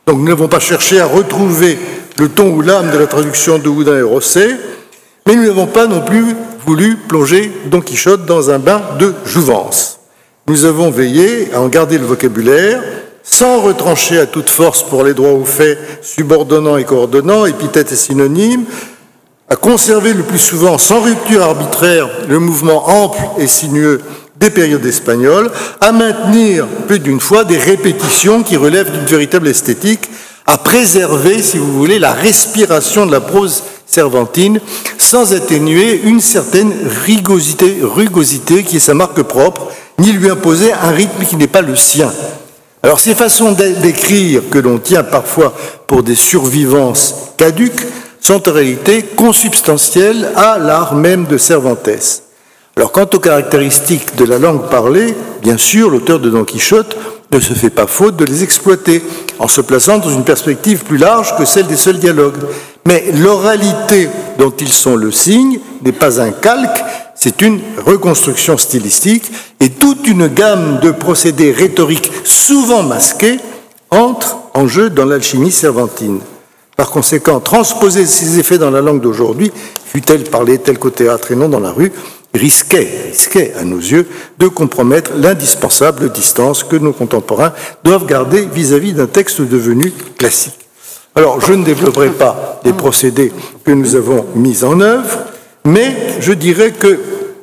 Donc nous n'avons pas cherché à retrouver le ton ou l'âme de la traduction de Houdin et Rosset, mais nous n'avons pas non plus voulu plonger Don Quichotte dans un bain de jouvence. Nous avons veillé à en garder le vocabulaire, sans retrancher à toute force pour les droits aux faits, subordonnants et coordonnants, épithètes et synonymes, à conserver le plus souvent, sans rupture arbitraire, le mouvement ample et sinueux des périodes espagnoles, à maintenir plus d'une fois des répétitions qui relèvent d'une véritable esthétique, à préserver, si vous voulez, la respiration de la prose cervantine, sans atténuer une certaine rugosité qui est sa marque propre, ni lui imposer un rythme qui n'est pas le sien. Alors ces façons d'écrire que l'on tient parfois pour des survivances caduques sont en réalité consubstantielles à l'art même de Cervantes. Alors quant aux caractéristiques de la langue parlée, bien sûr, l'auteur de Don Quichotte ne se fait pas faute de les exploiter, en se plaçant dans une perspective plus large que celle des seuls dialogues. Mais l'oralité dont ils sont le signe n'est pas un calque, c'est une reconstruction stylistique, et toute une gamme de procédés rhétoriques souvent masqués entre en jeu dans l'alchimie cervantine. Par conséquent, transposer ces effets dans la langue d'aujourd'hui, fût-elle parlée telle qu'au théâtre et non dans la rue, risquait, à nos yeux, de compromettre l'indispensable distance que nos contemporains doivent garder vis-à-vis d'un texte devenu classique. Alors, je ne développerai pas les procédés que nous avons mis en œuvre, mais je dirais que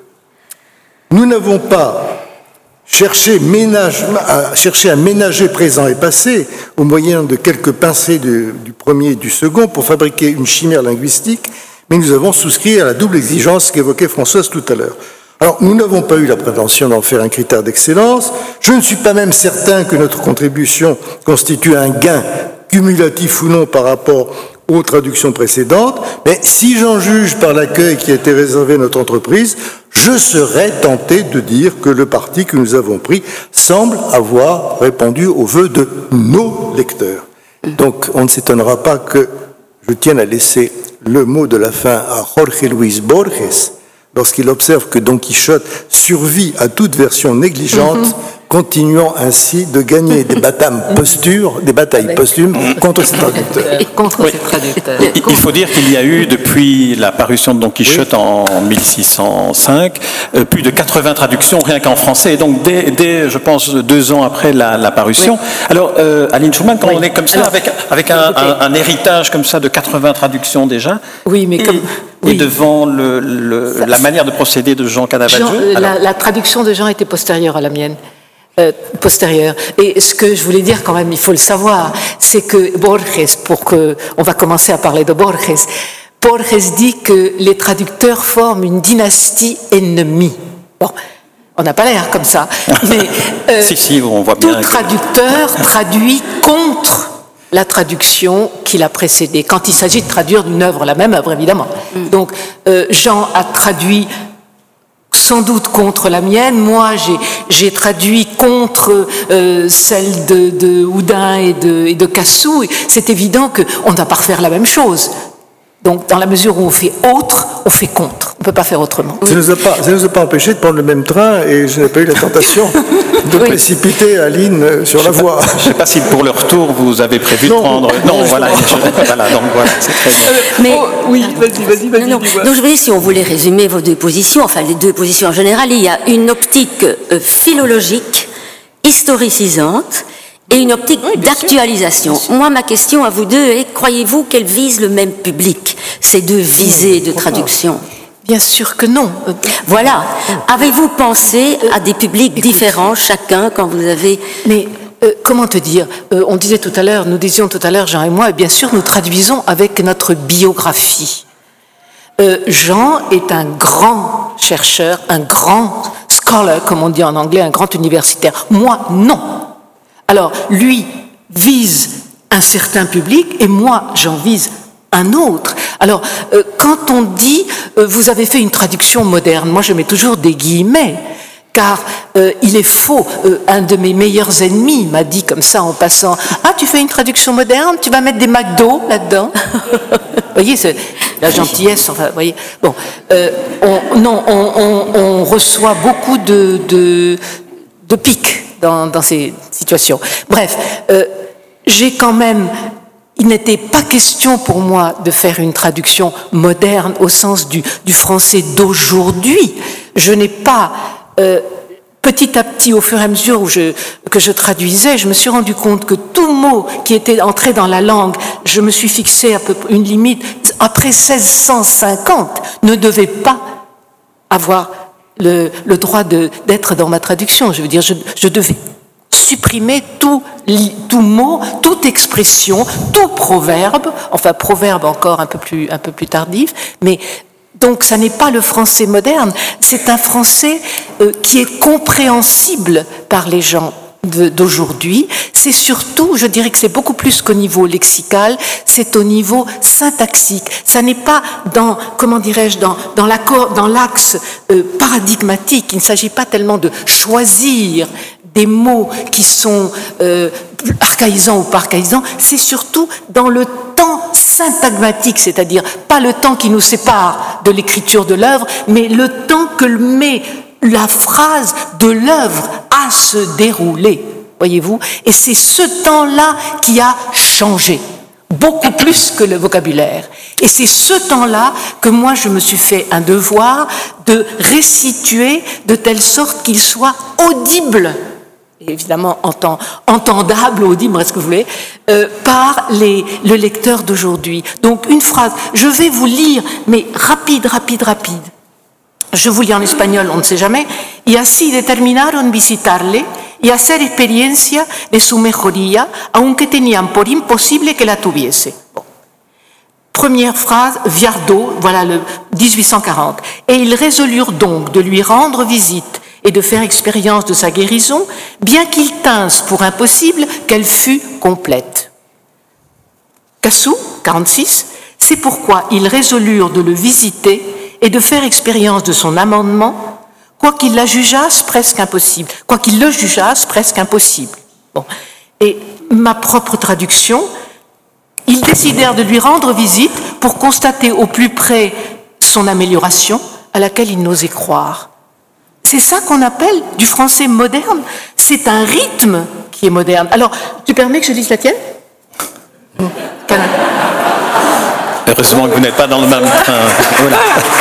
nous n'avons pas cherché à ménager présent et passé au moyen de quelques pincées du premier et du second pour fabriquer une chimère linguistique, mais nous avons souscrit à la double exigence qu'évoquait Françoise tout à l'heure. Alors, nous n'avons pas eu la prétention d'en faire un critère d'excellence. Je ne suis pas même certain que notre contribution constitue un gain cumulatif ou non par rapport aux traductions précédentes, mais si j'en juge par l'accueil qui a été réservé à notre entreprise, je serais tenté de dire que le parti que nous avons pris semble avoir répondu aux vœux de nos lecteurs. Donc, on ne s'étonnera pas que je tienne à laisser le mot de la fin à Jorge Luis Borges, lorsqu'il observe que Don Quichotte survit à toute version négligente, continuant ainsi de gagner des batailles posthumes contre ses traducteurs. Il faut dire qu'il y a eu, depuis la parution de Don Quichotte en 1605, plus de 80 traductions rien qu'en français. Et donc, dès, je pense, 2 ans après la parution. Alors, Aline Schumann, quand on est comme ça, avec un héritage comme ça de 80 traductions déjà, oui, mais comme... Et devant la manière de procéder de Jean Canavaggieux. La traduction de Jean était postérieure à la mienne. Postérieure. Et ce que je voulais dire quand même, il faut le savoir, c'est que Borges, on va commencer à parler de Borges dit que les traducteurs forment une dynastie ennemie. Bon, on n'a pas l'air comme ça, mais si, on voit bien. Tout traducteur traduit contre la traduction qui l'a précédée, quand il s'agit de traduire d'une œuvre, la même œuvre évidemment. Donc Jean a traduit sans doute contre la mienne, moi j'ai traduit contre celle de Houdin et de Cassou. C'est évident qu'on ne va pas refaire la même chose. Donc, dans la mesure où on fait autre, on fait contre. On ne peut pas faire autrement. Ça ne nous a pas empêché de prendre le même train et je n'ai pas eu la tentation de précipiter Aline sur la voie. Je ne sais pas si pour le retour, vous avez prévu de prendre... Non, voilà. Donc voilà, c'est très bien. Mais, oui, vas-y. Donc, je voulais, si on voulait résumer vos deux positions, enfin les deux positions en général, il y a une optique philologique, historicisante, et une optique d'actualisation. Moi, ma question à vous deux est, croyez-vous qu'elles visent le même public, ces deux visées de traduction ? Bien sûr que non. Voilà. Avez-vous pensé à des publics différents, chacun, quand vous avez... Mais comment te dire ? Nous disions tout à l'heure, Jean et moi, et bien sûr, nous traduisons avec notre biographie. Jean est un grand chercheur, un grand scholar, comme on dit en anglais, un grand universitaire. Moi, non. Alors, lui vise un certain public et moi, j'en vise un autre. Alors, quand on dit « vous avez fait une traduction moderne », moi je mets toujours des guillemets, car il est faux. Un de mes meilleurs ennemis m'a dit comme ça en passant « Ah, tu fais une traduction moderne, tu vas mettre des McDo là-dedans ?» Vous voyez, c'est la gentillesse, enfin, vous voyez. Bon, on reçoit beaucoup de piques dans ces situations. Bref, j'ai quand même... Il n'était pas question pour moi de faire une traduction moderne au sens du français d'aujourd'hui. Je n'ai pas... petit à petit, au fur et à mesure que je traduisais, je me suis rendu compte que tout mot qui était entré dans la langue, je me suis fixé à peu près une limite, après 1650, ne devait pas avoir le droit d'être dans ma traduction. Je veux dire, je devais supprimer tout mot, toute expression, tout proverbe, enfin proverbe encore un peu plus tardif, mais donc ça n'est pas le français moderne, c'est un français qui est compréhensible par les gens d'aujourd'hui. C'est surtout, je dirais que c'est beaucoup plus qu'au niveau lexical, c'est au niveau syntaxique. Ça n'est pas dans, comment dirais-je, dans l'axe paradigmatique. Il ne s'agit pas tellement de choisir des mots qui sont archaïsants ou pas archaïsants, c'est surtout dans le temps syntagmatique, c'est-à-dire pas le temps qui nous sépare de l'écriture de l'œuvre, mais le temps que met la phrase de l'œuvre à se dérouler, voyez-vous. Et c'est ce temps-là qui a changé, beaucoup plus que le vocabulaire. Et c'est ce temps-là que moi je me suis fait un devoir de restituer de telle sorte qu'il soit audible, et évidemment entendable, audible, ce que vous voulez, par le lecteur d'aujourd'hui. Donc une phrase, je vais vous lire, mais rapide. Je vous lis en espagnol, on ne sait jamais. Y así determinaron visitarle y hacer experiencia de su mejoría, aunque tenían por imposible que la tuviese. Bon. Première phrase, Viardot, voilà le 1840. Et ils résolurent donc de lui rendre visite et de faire expérience de sa guérison, bien qu'ils tinssent pour impossible qu'elle fût complète. Cassou, 46, c'est pourquoi ils résolurent de le visiter et de faire expérience de son amendement, quoiqu'ils le jugeassent presque impossible. Bon. Et ma propre traduction, ils décidèrent de lui rendre visite pour constater au plus près son amélioration à laquelle ils n'osaient croire. C'est ça qu'on appelle du français moderne. C'est un rythme qui est moderne. Alors, tu permets que je dise la tienne ? Heureusement que vous n'êtes pas dans le même train. Voilà.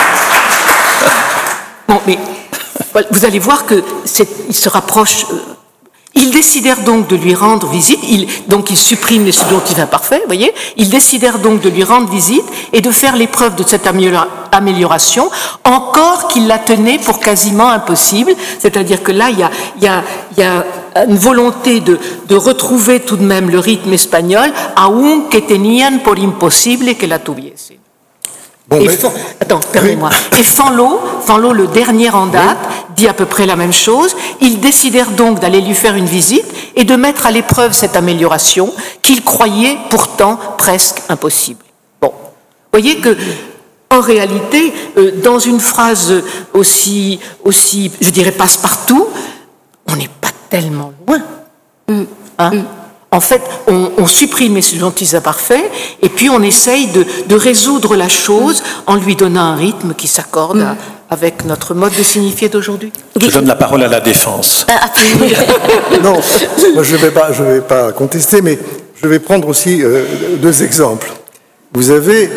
Bon, mais vous allez voir qu'il se rapproche. Ils décidèrent donc de lui rendre visite. Donc ils suppriment les subjonctifs imparfaits, vous voyez. Ils décidèrent donc de lui rendre visite et de faire l'épreuve de cette amélioration, encore qu'ils la tenaient pour quasiment impossible. C'est-à-dire que là, il y a une volonté de retrouver tout de même le rythme espagnol, aunque tenían por imposible que la tuviese. Bon, Attends, permets-moi. Et Fanlot, le dernier en date, dit à peu près la même chose. Ils décidèrent donc d'aller lui faire une visite et de mettre à l'épreuve cette amélioration qu'ils croyaient pourtant presque impossible. Bon, vous voyez que, en réalité, dans une phrase aussi, je dirais, passe-partout, on n'est pas tellement loin. Hein? En fait, on supprime les subjonctifs imparfaits et puis on essaye de résoudre la chose en lui donnant un rythme qui s'accorde avec notre mode de signifier d'aujourd'hui. Je donne la parole à la défense. Non, moi je vais pas contester, mais je vais prendre aussi deux exemples. Vous avez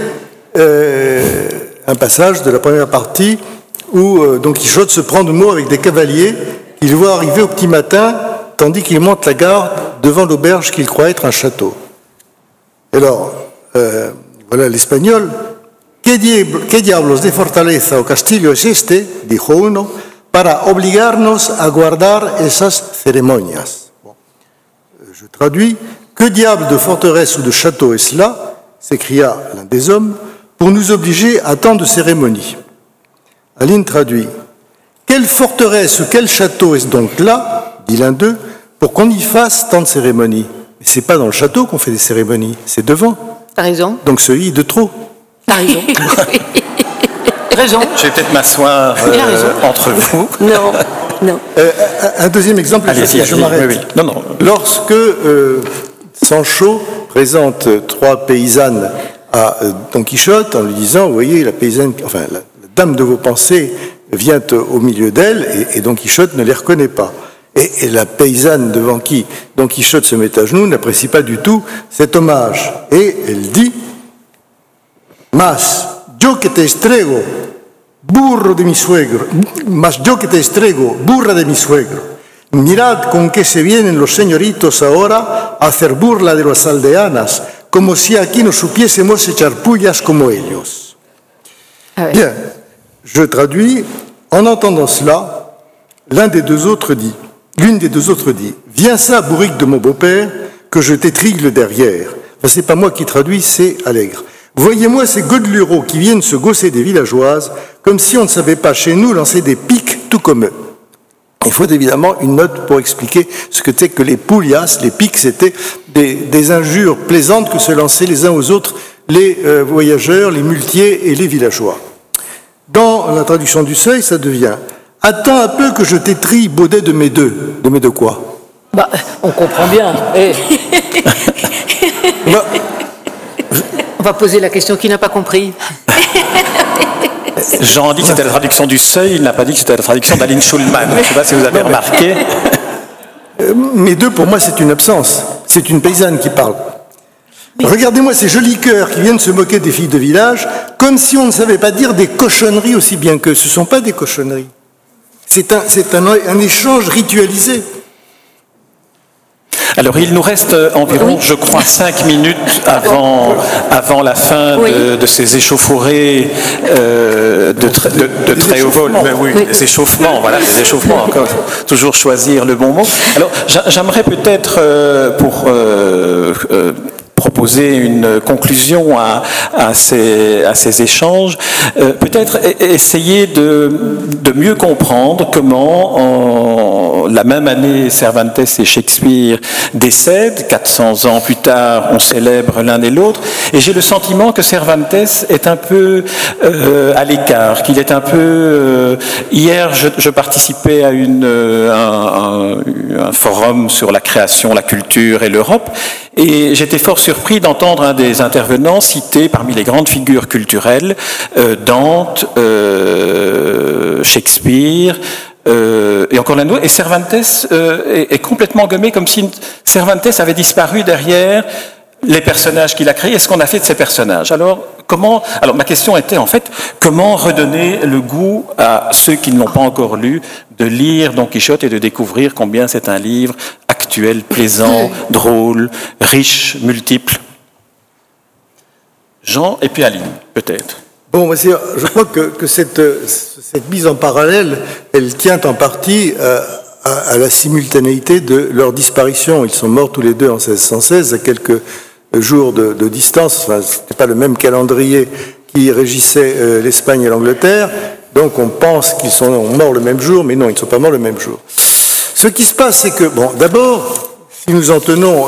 un passage de la première partie où Don Quichotte se prend de mots avec des cavaliers qu'il voit arriver au petit matin tandis qu'il monte la garde devant l'auberge qu'il croit être un château. Alors, voilà l'espagnol. ¿Qué diablos de fortaleza o castillo es este? Dijo uno, para obligarnos a guardar esas ceremonias. Bon. Je traduis. Que diable de forteresse ou de château est cela? S'écria l'un des hommes, pour nous obliger à tant de cérémonies. Aline traduit. Quelle forteresse ou quel château est donc là, dit l'un d'eux, pour qu'on y fasse tant de cérémonies? Mais c'est pas dans le château qu'on fait des cérémonies, c'est devant. T'as raison. Donc ce i de trop. T'as raison. Raison. Je vais peut-être m'asseoir entre vous. Non. Un deuxième exemple, je m'arrête. Oui. Non. Lorsque Sancho présente trois paysannes à Don Quichotte en lui disant, vous voyez, la dame de vos pensées vient au milieu d'elles et Don Quichotte ne les reconnaît pas. Et la paysanne devant qui Don Quichotte se met à genoux n'apprécie pas du tout cet hommage. Et elle dit « Mas yo que te estrego, burro de mi suegro, mas yo que te estrego, burra de mi suegro. Mirad con qué se vienen los señoritos ahora a hacer burla de las aldeanas, como si aquí no supiésemos echar pullas como ellos. » Bien, je traduis. En entendant cela, l'une des deux autres dit « Viens ça, bourrique de mon beau-père, que je t'étrigle derrière. » Enfin, c'est pas moi qui traduis, c'est Allègre. « Voyez-moi ces godelureaux qui viennent se gausser des villageoises, comme si on ne savait pas chez nous lancer des piques tout comme eux. » Il faut évidemment une note pour expliquer ce que c'était que les pullias. Les piques, c'était des injures plaisantes que se lançaient les uns aux autres les voyageurs, les muletiers et les villageois. Dans la traduction du Seuil, ça devient « Attends un peu que je t'étrille, baudet de mes deux. » De mes deux quoi? On comprend bien. On va poser la question qui n'a pas compris. Jean dit que c'était la traduction du Seuil, il n'a pas dit que c'était la traduction d'Aline Schulman. Je ne sais pas si vous avez remarqué. Mes deux, pour moi, c'est une absence. C'est une paysanne qui parle. Regardez-moi ces jolis cœurs qui viennent se moquer des filles de village, comme si on ne savait pas dire des cochonneries aussi bien qu'eux. Ce ne sont pas des cochonneries. C'est un échange ritualisé. Alors, il nous reste environ, je crois, 5 minutes avant la fin de ces échauffourées de très haut vol. Des échauffements, voilà, des échauffements, encore. Toujours choisir le bon mot. Alors, j'aimerais peut-être, pour proposer une conclusion à ces échanges, peut-être essayer de mieux comprendre comment, la même année, Cervantes et Shakespeare décèdent, 400 ans plus tard, on célèbre l'un et l'autre, et j'ai le sentiment que Cervantes est un peu à l'écart, qu'il est un peu... hier, je participais à un forum sur la création, la culture et l'Europe, et j'étais fort surpris d'entendre un des intervenants citer parmi les grandes figures culturelles Dante, Shakespeare, et encore l'un d'autre. Et Cervantes est complètement gommé, comme si Cervantes avait disparu derrière les personnages qu'il a créés et ce qu'on a fait de ces personnages. Alors ma question était en fait, comment redonner le goût à ceux qui ne l'ont pas encore lu de lire Don Quichotte et de découvrir combien c'est un livre actuel, plaisant, drôle, riche, multiple. Jean et puis Aline, peut-être. Bon, je crois que cette mise en parallèle, elle tient en partie à la simultanéité de leur disparition. Ils sont morts tous les deux en 1616, à quelques jours de distance. Enfin, ce n'était pas le même calendrier qui régissait l'Espagne et l'Angleterre, donc on pense qu'ils sont morts le même jour, mais non, ils ne sont pas morts le même jour. Ce qui se passe, c'est que, bon, d'abord, si nous en tenons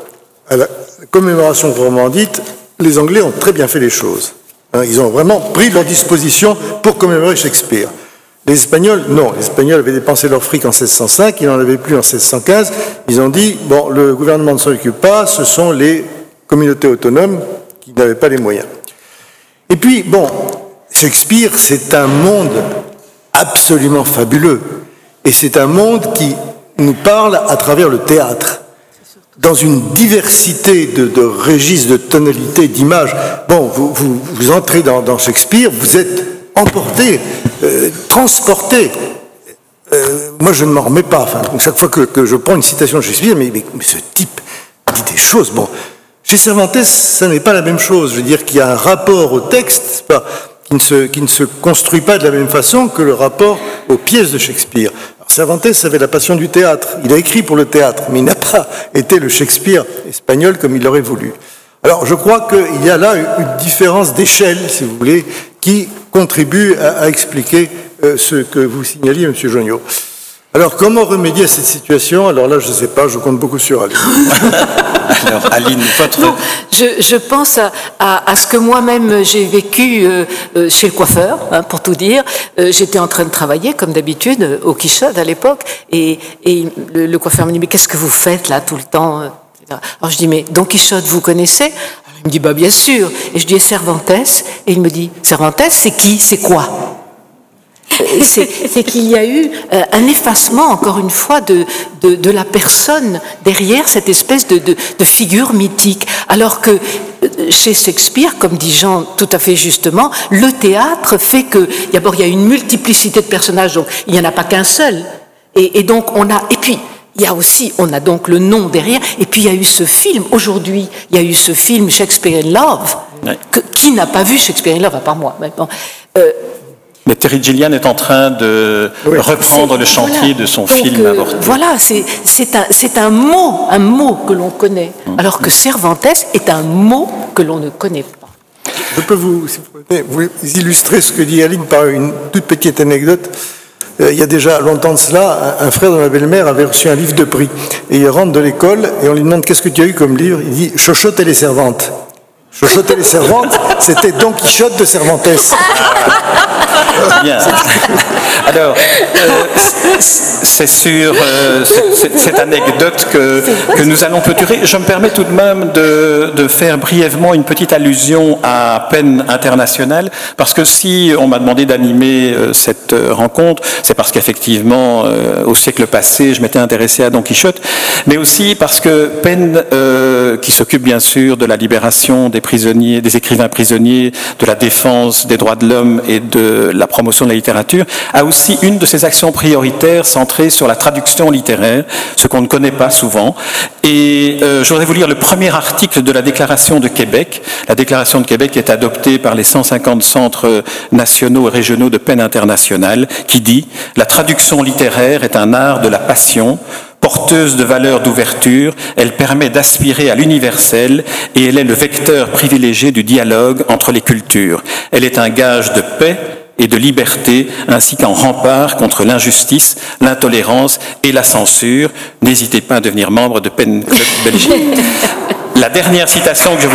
à la commémoration proprement dite, les Anglais ont très bien fait les choses. Ils ont vraiment pris leur disposition pour commémorer Shakespeare. Les Espagnols, non. Les Espagnols avaient dépensé leur fric en 1605, ils n'en avaient plus en 1615. Ils ont dit, bon, le gouvernement ne s'en occupe pas, ce sont les communautés autonomes qui n'avaient pas les moyens. Et puis, bon, Shakespeare, c'est un monde absolument fabuleux. Et c'est un monde qui nous parle à travers le théâtre, dans une diversité de registres, de tonalités, d'images. Bon, vous entrez dans Shakespeare, vous êtes emporté, transporté. Moi, je ne m'en remets pas. Enfin, chaque fois que je prends une citation de Shakespeare, mais ce type dit des choses. Bon, chez Cervantes, ça n'est pas la même chose. Je veux dire qu'il y a un rapport au texte, qui ne se construit pas de la même façon que le rapport aux pièces de Shakespeare. Alors, Cervantes avait la passion du théâtre. Il a écrit pour le théâtre, mais il n'a pas été le Shakespeare espagnol comme il l'aurait voulu. Alors, je crois qu'il y a là une différence d'échelle, si vous voulez, qui contribue à expliquer ce que vous signaliez, M. Jonio. Alors, comment remédier à cette situation? Alors là, je ne sais pas, je compte beaucoup sur Aline. Alors, Aline, votre... Non, je pense à ce que moi-même j'ai vécu chez le coiffeur, pour tout dire. J'étais en train de travailler, comme d'habitude, au Quichotte à l'époque, et le coiffeur me dit « Mais qu'est-ce que vous faites là tout le temps ?» Alors je dis « Mais Don Quichotte, vous connaissez ?» Alors, il me dit « Bah bien sûr !» Et je dis « Cervantes ?» Et il me dit « Cervantes, c'est qui? C'est quoi ?» c'est qu'il y a eu un effacement, encore une fois, de la personne derrière cette espèce de figure mythique. Alors que chez Shakespeare, comme dit Jean tout à fait justement, le théâtre fait que, d'abord, il y a une multiplicité de personnages, donc il n'y en a pas qu'un seul. Et donc, et puis, il y a aussi, on a donc le nom derrière, et puis il y a eu ce film, aujourd'hui, il y a eu ce film Shakespeare in Love, qui n'a pas vu Shakespeare in Love, à part moi maintenant. Mais Terry Gilliam est en train de reprendre le chantier de son film avorté. Voilà, c'est un mot que l'on connaît, alors que Cervantes est un mot que l'on ne connaît pas. Je peux vous illustrer ce que dit Aline par une toute petite anecdote. Il y a déjà longtemps de cela, un frère de ma belle-mère avait reçu un livre de prix. Et il rentre de l'école et on lui demande « Qu'est-ce que tu as eu comme livre ?» Il dit « Chochotte et les servantes ». Chochotte et les servantes, c'était Don Quichotte de Cervantes. Bien. Alors, c'est sur cette anecdote que nous allons clôturer. Je me permets tout de même de faire brièvement une petite allusion à PEN International, parce que si on m'a demandé d'animer cette rencontre, c'est parce qu'effectivement, au siècle passé, je m'étais intéressé à Don Quichotte, mais aussi parce que PEN, qui s'occupe bien sûr de la libération des prisonniers, des écrivains prisonniers, de la défense des droits de l'homme et de la promotion de la littérature, a aussi une de ses actions prioritaires centrée sur la traduction littéraire, ce qu'on ne connaît pas souvent. Et je voudrais vous lire le premier article de la Déclaration de Québec. La Déclaration de Québec est adoptée par les 150 centres nationaux et régionaux de PEN International, qui dit « La traduction littéraire est un art de la passion, porteuse de valeurs d'ouverture, elle permet d'aspirer à l'universel et elle est le vecteur privilégié du dialogue entre les cultures. Elle est un gage de paix et de liberté, ainsi qu'un rempart contre l'injustice, l'intolérance et la censure. N'hésitez pas à devenir membre de PEN Club Belgique. » La dernière citation que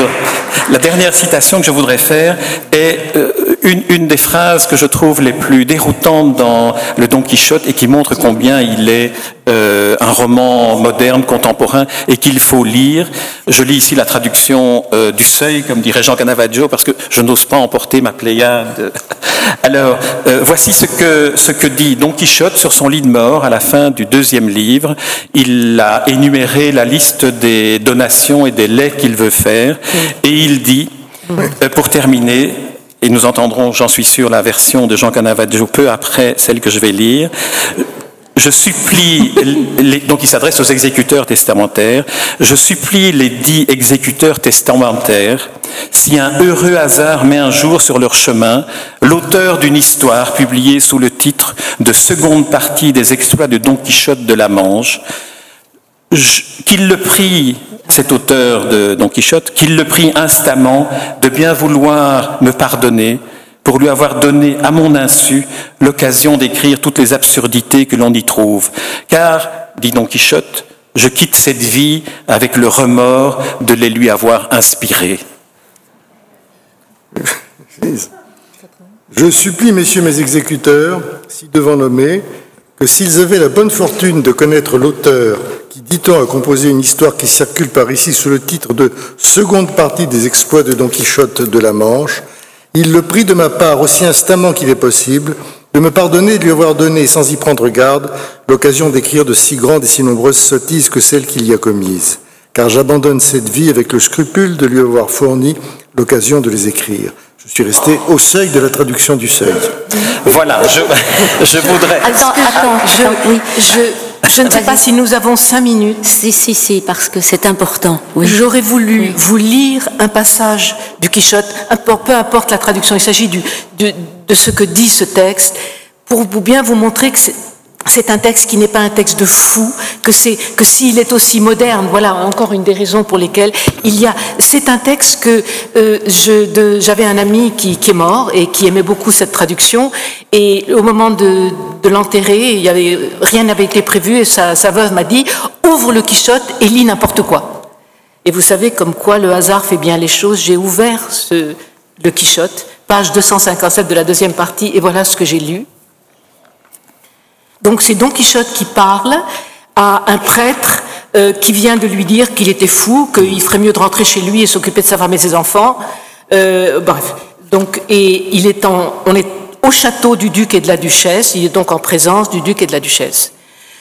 je voudrais faire est une des phrases que je trouve les plus déroutantes dans le Don Quichotte et qui montre combien il est un roman moderne, contemporain et qu'il faut lire. Je lis ici la traduction du Seuil, comme dirait Jean Canavaggio, parce que je n'ose pas emporter ma Pléiade. Alors, voici ce que dit Don Quichotte sur son lit de mort à la fin du 2e livre. Il a énuméré la liste des donations et des legs qu'il veut faire, et il dit, pour terminer, et nous entendrons, j'en suis sûr, la version de Jean Canavaggio peu après celle que je vais lire, je supplie, donc il s'adresse aux exécuteurs testamentaires, je supplie les dits exécuteurs testamentaires, si un heureux hasard met un jour sur leur chemin l'auteur d'une histoire publiée sous le titre de seconde partie des exploits de Don Quichotte de la Manche, qu'il le prie, cet auteur de Don Quichotte, qu'il le prie instamment de bien vouloir me pardonner pour lui avoir donné à mon insu l'occasion d'écrire toutes les absurdités que l'on y trouve. Car, dit Don Quichotte, je quitte cette vie avec le remords de les lui avoir inspirées. Je supplie, messieurs mes exécuteurs, si devant nommés, que s'ils avaient la bonne fortune de connaître l'auteur qui, dit-on, a composé une histoire qui circule par ici sous le titre de seconde partie des exploits de Don Quichotte de la Manche, il le prie de ma part aussi instamment qu'il est possible de me pardonner et de lui avoir donné, sans y prendre garde, l'occasion d'écrire de si grandes et si nombreuses sottises que celles qu'il y a commises, car j'abandonne cette vie avec le scrupule de lui avoir fourni l'occasion de les écrire. Je suis resté au seuil de la traduction du Seuil. Voilà, je voudrais... Je ne sais pas si nous avons 5 minutes. Si, parce que c'est important. Oui. J'aurais voulu vous lire un passage du Quichotte, peu importe la traduction, il s'agit de ce que dit ce texte, pour bien vous montrer que c'est un texte qui n'est pas un texte de fou, que s'il est aussi moderne, voilà encore une des raisons pour lesquelles c'est un texte que j'avais un ami qui est mort et qui aimait beaucoup cette traduction, et au moment de l'enterrer, rien n'avait été prévu, et sa veuve m'a dit « Ouvre le Quichotte et lis n'importe quoi ». Et vous savez comme quoi le hasard fait bien les choses, j'ai ouvert le Quichotte, page 257 de la 2e partie, et voilà ce que j'ai lu. Donc c'est Don Quichotte qui parle à un prêtre qui vient de lui dire qu'il était fou, qu'il ferait mieux de rentrer chez lui et s'occuper de sa femme et ses enfants. Bref, donc et on est au château du duc et de la duchesse, il est donc en présence du duc et de la duchesse.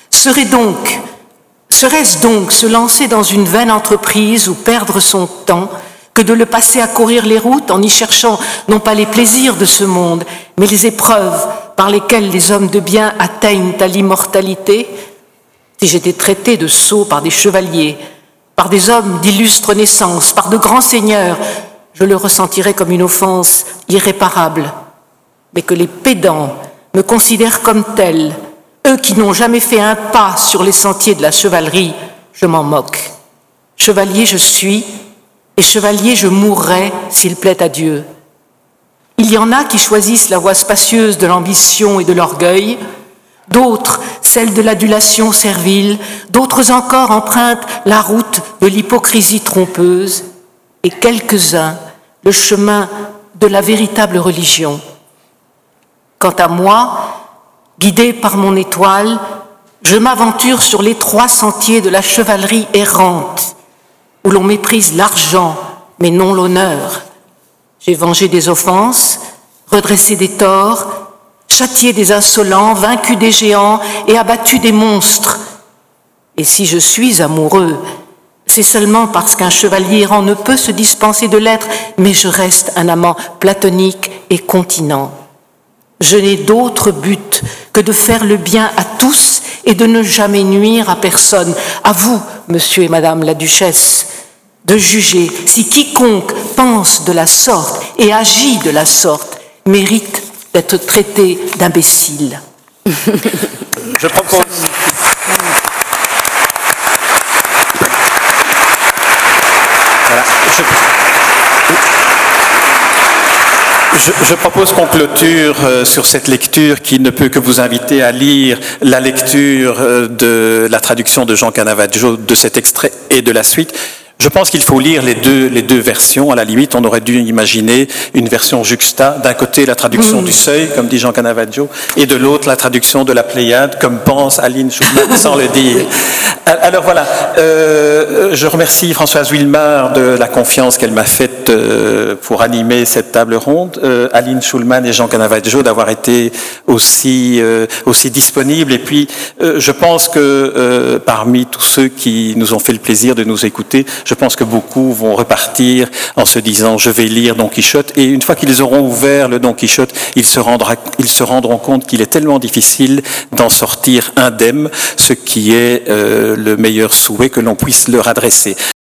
Serait-ce donc se lancer dans une vaine entreprise ou perdre son temps que de le passer à courir les routes en y cherchant non pas les plaisirs de ce monde, mais les épreuves par lesquelles les hommes de bien atteignent à l'immortalité? Si j'étais traité de sot par des chevaliers, par des hommes d'illustre naissance, par de grands seigneurs, je le ressentirais comme une offense irréparable. Mais que les pédants me considèrent comme tel, eux qui n'ont jamais fait un pas sur les sentiers de la chevalerie, je m'en moque. Chevalier je suis, et chevalier je mourrai s'il plaît à Dieu. Il y en a qui choisissent la voie spacieuse de l'ambition et de l'orgueil, d'autres celle de l'adulation servile, d'autres encore empruntent la route de l'hypocrisie trompeuse, et quelques-uns le chemin de la véritable religion. Quant à moi, guidé par mon étoile, je m'aventure sur les 3 sentiers de la chevalerie errante, où l'on méprise l'argent, mais non l'honneur. J'ai vengé des offenses, redressé des torts, châtié des insolents, vaincu des géants et abattu des monstres. Et si je suis amoureux, c'est seulement parce qu'un chevalier errant ne peut se dispenser de l'être, mais je reste un amant platonique et continent. Je n'ai d'autre but que de faire le bien à tous et de ne jamais nuire à personne. À vous, monsieur et madame la duchesse, de juger si quiconque pense de la sorte et agit de la sorte mérite d'être traité d'imbécile. Je propose... Voilà. Je propose qu'on clôture sur cette lecture qui ne peut que vous inviter à lire la lecture de la traduction de Jean Canavaggio de cet extrait et de la suite. Je pense qu'il faut lire les deux versions. À la limite, on aurait dû imaginer une version juxta. D'un côté, la traduction du Seuil, comme dit Jean Canavaggio, et de l'autre, la traduction de la Pléiade, comme pense Aline Schulman, sans le dire. Alors voilà, je remercie Françoise Wilmar de la confiance qu'elle m'a faite pour animer cette table ronde, Aline Schulman et Jean Canavaggio d'avoir été aussi disponibles. Et puis, je pense que parmi tous ceux qui nous ont fait le plaisir de nous écouter, je pense que beaucoup vont repartir en se disant « je vais lire Don Quichotte » et une fois qu'ils auront ouvert le Don Quichotte, ils se rendront compte qu'il est tellement difficile d'en sortir indemne, ce qui est le meilleur souhait que l'on puisse leur adresser.